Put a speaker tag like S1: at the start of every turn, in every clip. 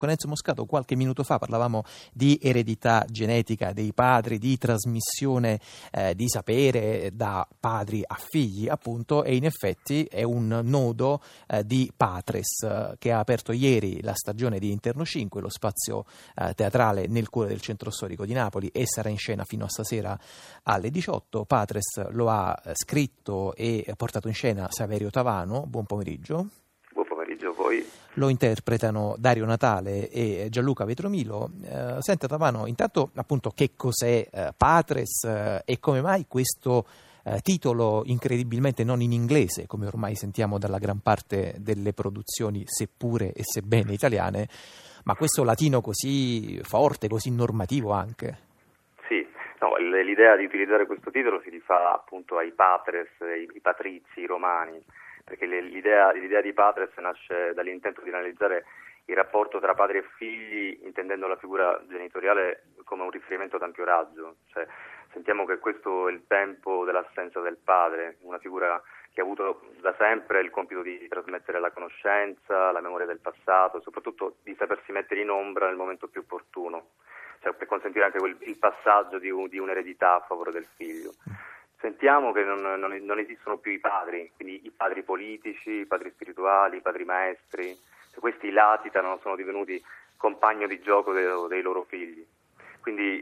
S1: Con Enzo Moscato qualche minuto fa parlavamo di eredità genetica dei padri, di trasmissione di sapere da padri a figli, appunto, e in effetti è un nodo di Patres che ha aperto ieri la stagione di Interno 5, lo spazio teatrale nel cuore del centro storico di Napoli, e sarà in scena fino a stasera alle 18. Patres lo ha scritto e portato in scena Saverio Tavano. Buon pomeriggio.
S2: Buon pomeriggio a voi.
S1: Lo interpretano Dario Natale e Gianluca Vetromilo. Senta Tavano, intanto appunto che cos'è Patres e come mai questo titolo incredibilmente non in inglese, come ormai sentiamo dalla gran parte delle produzioni, seppure e sebbene italiane, ma questo latino così forte, così normativo anche?
S2: Sì, no, l'idea di utilizzare questo titolo si rifà appunto ai patres, i patrizi, i romani, perché l'idea di Patres nasce dall'intento di analizzare il rapporto tra padri e figli, intendendo la figura genitoriale come un riferimento ad ampio raggio. Cioè, sentiamo che questo è il tempo dell'assenza del padre, una figura che ha avuto da sempre il compito di trasmettere la conoscenza, la memoria del passato e soprattutto di sapersi mettere in ombra nel momento più opportuno, cioè per consentire anche il passaggio di un'eredità a favore del figlio. Sentiamo che non esistono più i padri, quindi i padri politici, i padri spirituali, i padri maestri, questi latitano, sono divenuti compagno di gioco dei loro figli. Quindi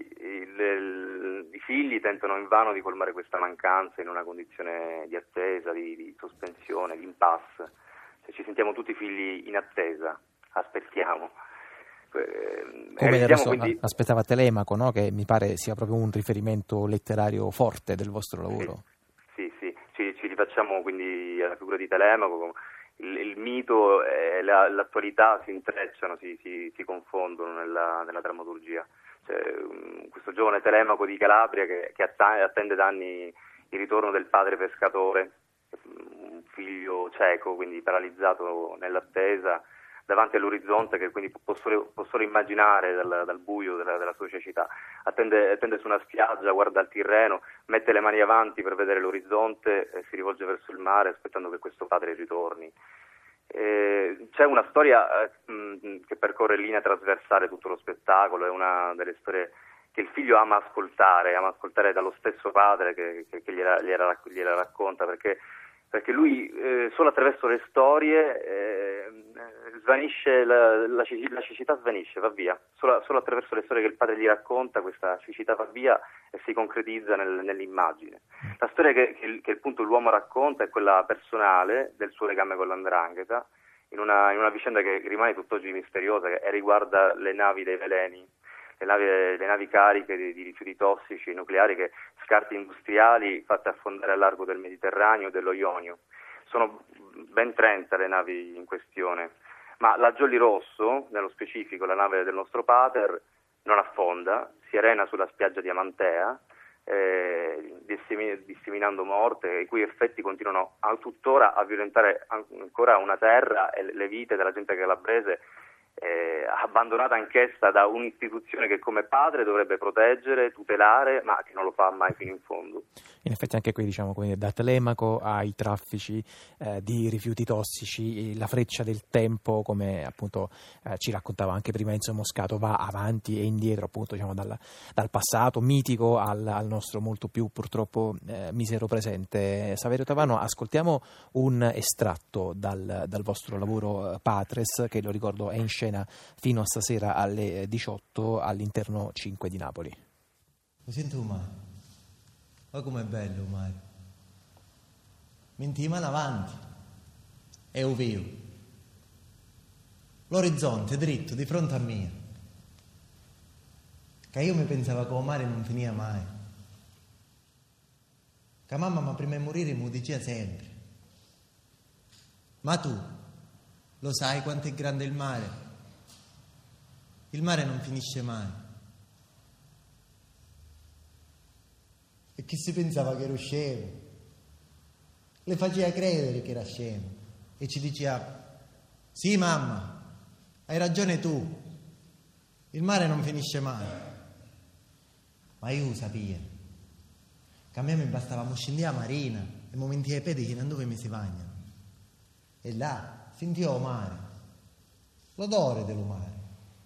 S2: i figli tentano invano di colmare questa mancanza in una condizione di attesa, di sospensione, di impasse. Cioè, ci sentiamo tutti figli in attesa, aspettiamo.
S1: Come aspettava Telemaco, no? Che mi pare sia proprio un riferimento letterario forte del vostro lavoro.
S2: Sì, ci rifacciamo quindi alla figura di Telemaco. Il mito e l'attualità si intrecciano, si confondono nella drammaturgia. Cioè, questo giovane Telemaco di Calabria che attende da anni il ritorno del padre pescatore, un figlio cieco, quindi paralizzato nell'attesa, davanti all'orizzonte, che quindi può solo immaginare dal buio della sua cecità. Attende su una spiaggia, guarda il Tirreno, mette le mani avanti per vedere l'orizzonte e si rivolge verso il mare aspettando che questo padre ritorni. C'è una storia che percorre in linea trasversale tutto lo spettacolo, è una delle storie che il figlio ama ascoltare dallo stesso padre che gliela racconta, perché lui solo attraverso le storie svanisce, la cecità svanisce, va via. Solo attraverso le storie che il padre gli racconta questa cecità va via e si concretizza nell'immagine. La storia che appunto l'uomo racconta è quella personale del suo legame con l''ndrangheta, in una vicenda che rimane tutt'oggi misteriosa e riguarda le navi dei veleni. Le navi cariche di rifiuti tossici nucleari, scarti industriali fatte affondare al largo del Mediterraneo e dello Ionio. Sono ben 30 le navi in questione, ma la Jolly Rosso, nello specifico la nave del nostro pater, non affonda, si arena sulla spiaggia di Amantea, disseminando morte, i cui effetti continuano tuttora a violentare ancora una terra e le vite della gente calabrese, abbandonata anch'essa da un'istituzione che come padre dovrebbe proteggere, tutelare, ma che non lo fa mai fino in fondo.
S1: In effetti anche qui, diciamo, da Telemaco ai traffici di rifiuti tossici, la freccia del tempo, come appunto ci raccontava anche prima Enzo Moscato, va avanti e indietro, appunto, diciamo, dal passato mitico al nostro molto più purtroppo misero presente. Saverio Tavano, ascoltiamo un estratto dal vostro lavoro Patres, che lo ricordo è in scena fino a stasera alle 18 all'Interno 5 di Napoli.
S3: Lo sento umano. Ma com'è bello il mare. Metti mano avanti e lo vedo. L'orizzonte dritto di fronte a me. Che io mi pensavo che il mare non finiva mai. Che mamma ma prima di morire mi diceva sempre: ma tu lo sai quanto è grande il mare? Il mare non finisce mai. E chi si pensava che ero scemo? Le faceva credere che era scemo e ci diceva: sì mamma, hai ragione tu, il mare non finisce mai. Ma io sapevo che a me mi bastava scendere a marina e mi metteva i piedi fino a dove mi si bagnano, e là sentivo il mare, l'odore del mare.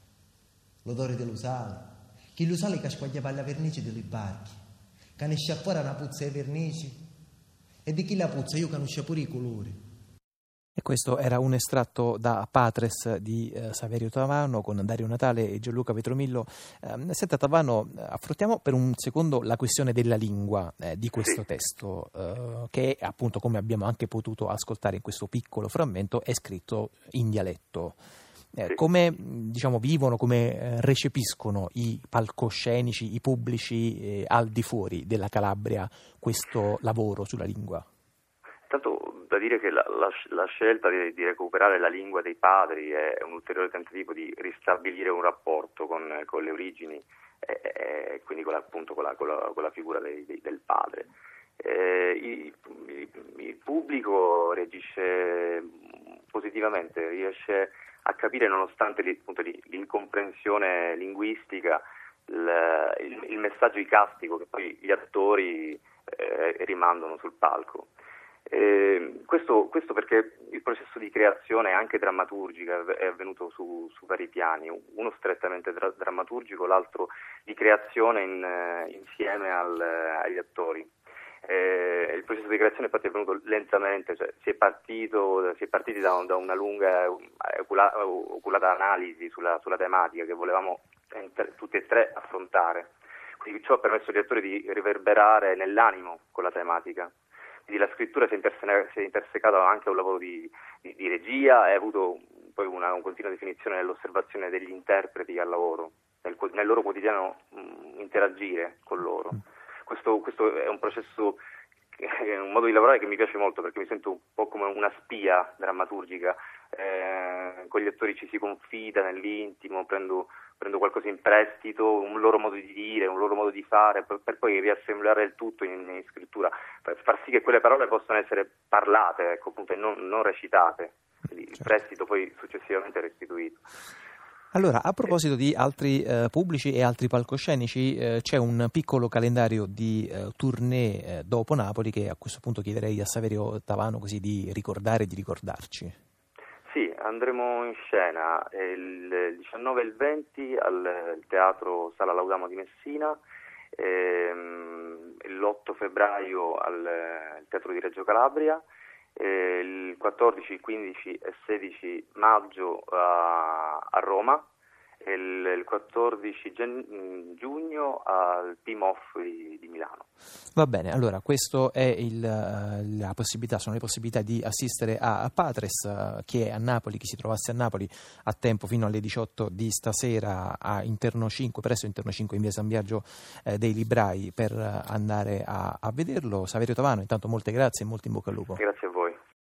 S3: l'odore dell'usale, che l'usale che squagliava la vernice delle barche, che ne sciacquava una puzza ai vernici, e di chi la puzza io conoscevo pure i colori.
S1: E questo era un estratto da Patres di Saverio Tavano con Dario Natale e Gianluca Petromillo. Senta Tavano, affrontiamo per un secondo la questione della lingua di questo testo, che appunto, come abbiamo anche potuto ascoltare in questo piccolo frammento, è scritto in dialetto. Come vivono, come recepiscono i palcoscenici, i pubblici al di fuori della Calabria questo lavoro sulla lingua?
S2: Tanto da dire che la scelta di recuperare la lingua dei padri è un ulteriore tentativo di ristabilire un rapporto con le origini e quindi con la figura del padre. Il pubblico reagisce positivamente, riesce a capire, nonostante l'incomprensione linguistica, il messaggio icastico che poi gli attori rimandano sul palco. Questo perché il processo di creazione anche drammaturgica è avvenuto su vari piani, uno strettamente drammaturgico, l'altro di creazione insieme agli attori. Il processo di creazione infatti è avvenuto lentamente, cioè si è partiti da una lunga oculata analisi sulla tematica che volevamo tutti e tre affrontare, quindi ciò ha permesso agli attori di riverberare nell'animo con la tematica. Quindi la scrittura si è intersecata anche a un lavoro di regia e ha avuto poi una continua definizione nell'osservazione degli interpreti al lavoro, nel loro quotidiano interagire con loro. Questo è un processo, è un modo di lavorare che mi piace molto, perché mi sento un po' come una spia drammaturgica. Con gli attori ci si confida nell'intimo, prendo qualcosa in prestito, un loro modo di dire, un loro modo di fare, per poi riassemblare il tutto in scrittura, per far sì che quelle parole possano essere parlate, appunto, e non recitate. Quindi il prestito poi successivamente restituito.
S1: Allora, a proposito di altri pubblici e altri palcoscenici, c'è un piccolo calendario di tournée dopo Napoli che a questo punto chiederei a Saverio Tavano così di ricordare e di ricordarci.
S2: Sì, andremo in scena il 19 e il 20 al Teatro Sala Laudamo di Messina, l'8 febbraio al Teatro di Reggio Calabria, il 14, 15 e 16 maggio a Roma e il 14 giugno al PIMOF di Milano.
S1: Va bene, allora questo è la possibilità, sono le possibilità di assistere a Patres, che è a Napoli, chi si trovasse a Napoli a tempo fino alle 18 di stasera a Interno 5, presso Interno 5 in via San Biagio dei Librai, per andare a vederlo. Saverio Tavano, intanto molte grazie e molto in bocca al lupo.
S2: Grazie a voi.